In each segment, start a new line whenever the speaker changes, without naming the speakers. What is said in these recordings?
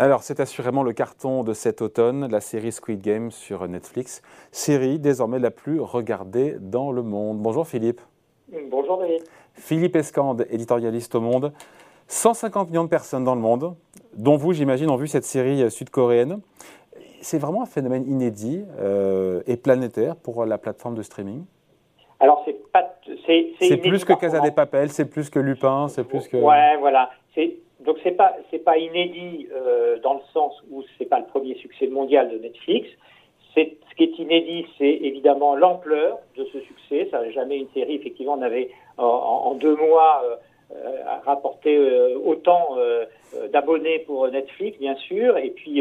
Alors, c'est assurément le carton de cet automne, la série Squid Game sur Netflix, série désormais la plus regardée dans le monde. Bonjour Philippe.
Bonjour David.
Philippe Escande, éditorialiste au Monde. 150 millions de personnes dans le monde, dont vous, j'imagine, ont vu cette série sud-coréenne. C'est vraiment un phénomène inédit et planétaire pour la plateforme de streaming.
Alors,
c'est plus que Casa de Papel, c'est plus que Lupin, c'est plus que...
Ouais, voilà. Donc, c'est pas inédit dans le sens où c'est pas le premier succès mondial de Netflix. Ce qui est inédit, c'est évidemment l'ampleur de ce succès. Ça n'a jamais une série, effectivement, on avait en 2 mois rapporté autant d'abonnés pour Netflix, bien sûr, et puis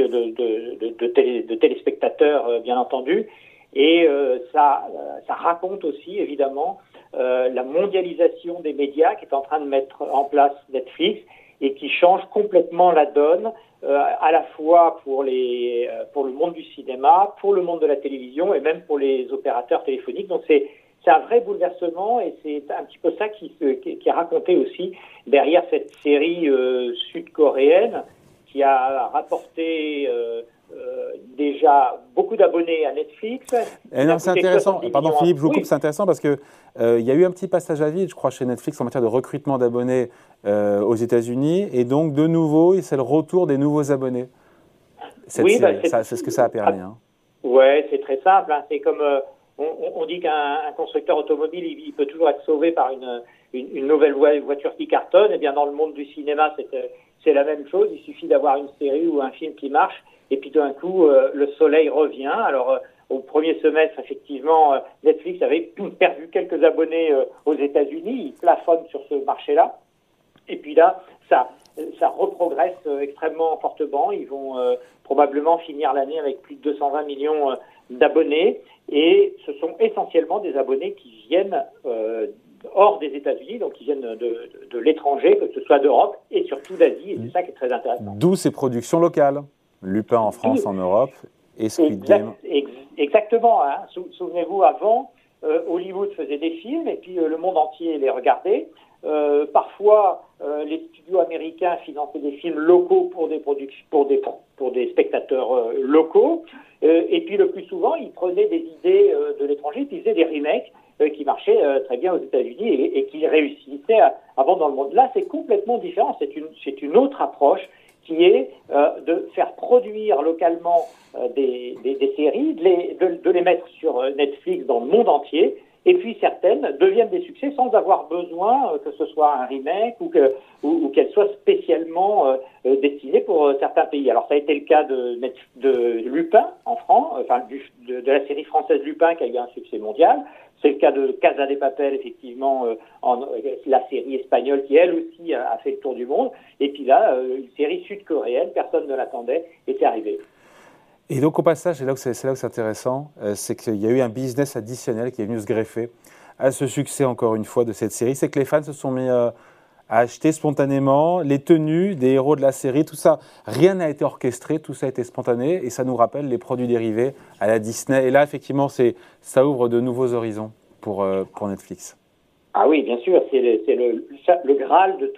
de téléspectateurs, bien entendu. Et ça raconte aussi, évidemment, la mondialisation des médias qui est en train de mettre en place Netflix et qui change complètement la donne, à la fois pour le monde du cinéma, pour le monde de la télévision et même pour les opérateurs téléphoniques. Donc c'est un vrai bouleversement et c'est un petit peu ça qui est raconté aussi derrière cette série sud-coréenne qui a rapporté déjà beaucoup d'abonnés à Netflix.
Non, c'est intéressant. Pardon Philippe, je vous coupe, c'est intéressant parce que il y a eu un petit passage à vide, je crois, chez Netflix en matière de recrutement d'abonnés aux États-Unis, et donc de nouveau, c'est le retour des nouveaux abonnés. Cette série, c'est ce que ça a permis.
Ouais, c'est très simple. C'est comme on dit qu'un constructeur automobile, il peut toujours être sauvé par une nouvelle voiture qui cartonne. Et bien dans le monde du cinéma, c'est la même chose. Il suffit d'avoir une série ou un film qui marche. Et puis d'un coup, le soleil revient. Alors, au premier semestre, effectivement, Netflix avait perdu quelques abonnés aux États-Unis. Ils plafonnent sur ce marché-là. Et puis là, ça reprogresse extrêmement fortement. Ils vont probablement finir l'année avec plus de 220 millions d'abonnés. Et ce sont essentiellement des abonnés qui viennent hors des États-Unis, donc qui viennent de l'étranger, que ce soit d'Europe et surtout d'Asie. Et c'est ça qui est très intéressant.
D'où ces productions locales. Lupin en France, en Europe, et Squid Game.
Exactement. Souvenez-vous, avant, Hollywood faisait des films et puis le monde entier les regardait. Parfois, les studios américains finançaient des films locaux pour des spectateurs locaux. Et puis le plus souvent, ils prenaient des idées de l'étranger, ils faisaient des remakes qui marchaient très bien aux États-Unis et qui réussissaient à vendre dans le monde. Là, c'est complètement différent. C'est une autre approche qui est de faire produire localement des séries, de les mettre sur Netflix dans le monde entier, et puis certaines deviennent des succès sans avoir besoin que ce soit un remake ou qu'elles soient spécialement destinées pour certains pays. Alors ça a été le cas de Lupin en France, enfin de la série française Lupin qui a eu un succès mondial. C'est le cas de Casa de Papel, effectivement, la série espagnole qui, elle aussi, a fait le tour du monde. Et puis là, une série sud-coréenne, personne ne l'attendait, et c'est arrivé.
Et donc, au passage, c'est là où c'est intéressant, c'est qu'il y a eu un business additionnel qui est venu se greffer à ce succès, encore une fois, de cette série. C'est que les fans se sont mis à acheter spontanément les tenues des héros de la série, tout ça. Rien n'a été orchestré, tout ça a été spontané, et ça nous rappelle les produits dérivés à la Disney. Et là, effectivement, ça ouvre de nouveaux horizons pour Netflix.
Ah oui, bien sûr, c'est le Graal de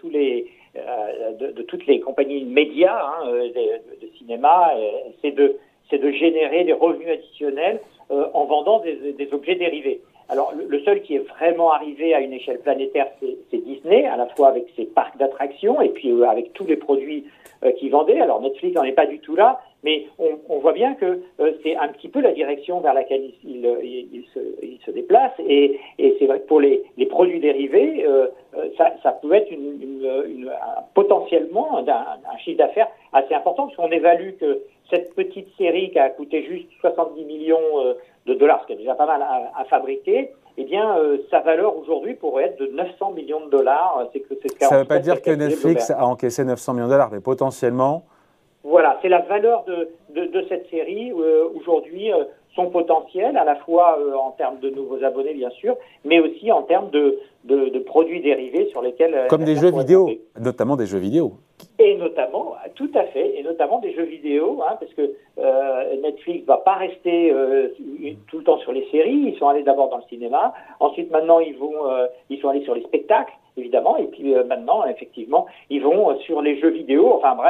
toutes les compagnies médias de cinéma, c'est de générer des revenus additionnels en vendant des objets dérivés. Alors, le seul qui est vraiment arrivé à une échelle planétaire, c'est Disney, à la fois avec ses parcs d'attractions et puis avec tous les produits qu'ils vendaient. Alors, Netflix n'en est pas du tout là, mais on voit bien que c'est un petit peu la direction vers laquelle il se déplace. Et c'est vrai que pour les produits dérivés, ça peut être potentiellement un chiffre d'affaires assez important, parce qu'on évalue que cette petite série qui a coûté juste 70 millions de dollars, ce qui est déjà pas mal à fabriquer, eh bien, sa valeur aujourd'hui pourrait être de 900 millions de dollars.
Ça ne veut pas dire que Netflix a encaissé 900 millions de dollars, mais potentiellement...
Voilà, c'est la valeur de cette série aujourd'hui, son potentiel, à la fois en termes de nouveaux abonnés, bien sûr, mais aussi en termes de produits dérivés sur lesquels...
Comme des jeux vidéo, notamment des jeux vidéo.
Et notamment, tout à fait, et notamment des jeux vidéo, parce que Netflix ne va pas rester tout le temps sur les séries. Ils sont allés d'abord dans le cinéma, ensuite maintenant ils sont allés sur les spectacles, évidemment, et puis maintenant, effectivement, ils vont sur les jeux vidéo. Enfin bref,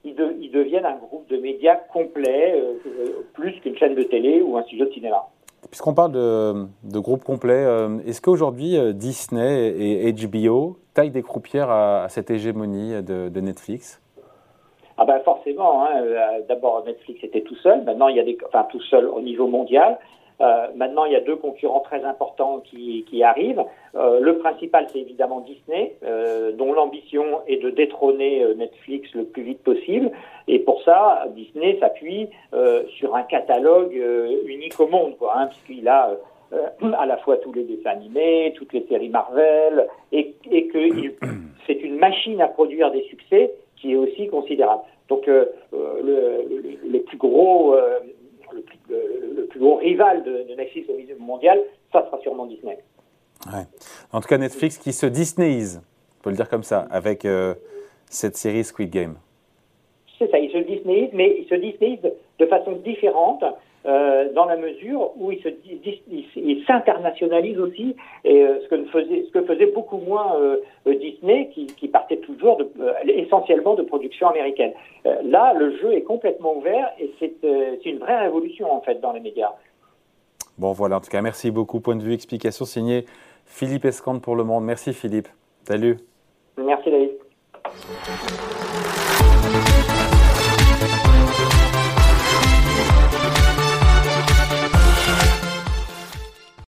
ils deviennent un groupe de médias complet, plus qu'une chaîne de télé ou un studio de cinéma.
Puisqu'on parle de groupe complet, est-ce qu'aujourd'hui Disney et HBO taillent des croupières à cette hégémonie de Netflix ?
Ah ben forcément, hein. D'abord Netflix était tout seul, maintenant il y a tout seul au niveau mondial. Maintenant il y a 2 concurrents très importants qui arrivent. Le principal c'est évidemment Disney, dont l'ambition est de détrôner Netflix le plus vite possible. Et pour ça, Disney s'appuie sur un catalogue unique au monde, quoi, hein, puisqu'il a à la fois tous les dessins animés, toutes les séries Marvel, et que c'est une machine à produire des succès qui est aussi considérable. Donc le plus gros rival de Netflix au niveau mondial, ça sera sûrement Disney.
Ouais. En tout cas, Netflix qui se Disneyise, on peut le dire comme ça, avec cette série Squid Game.
C'est ça, il se Disneyise, mais il se Disneyise de façon différente, dans la mesure où il s'internationalise aussi, et ce que faisait beaucoup moins Disney, qui partait toujours essentiellement de production américaine. Là, le jeu est complètement ouvert, et c'est une vraie révolution en fait dans les médias.
Bon voilà, en tout cas, merci beaucoup. Point de vue, explication signé Philippe Escande pour Le Monde. Merci Philippe. Salut.
Merci David.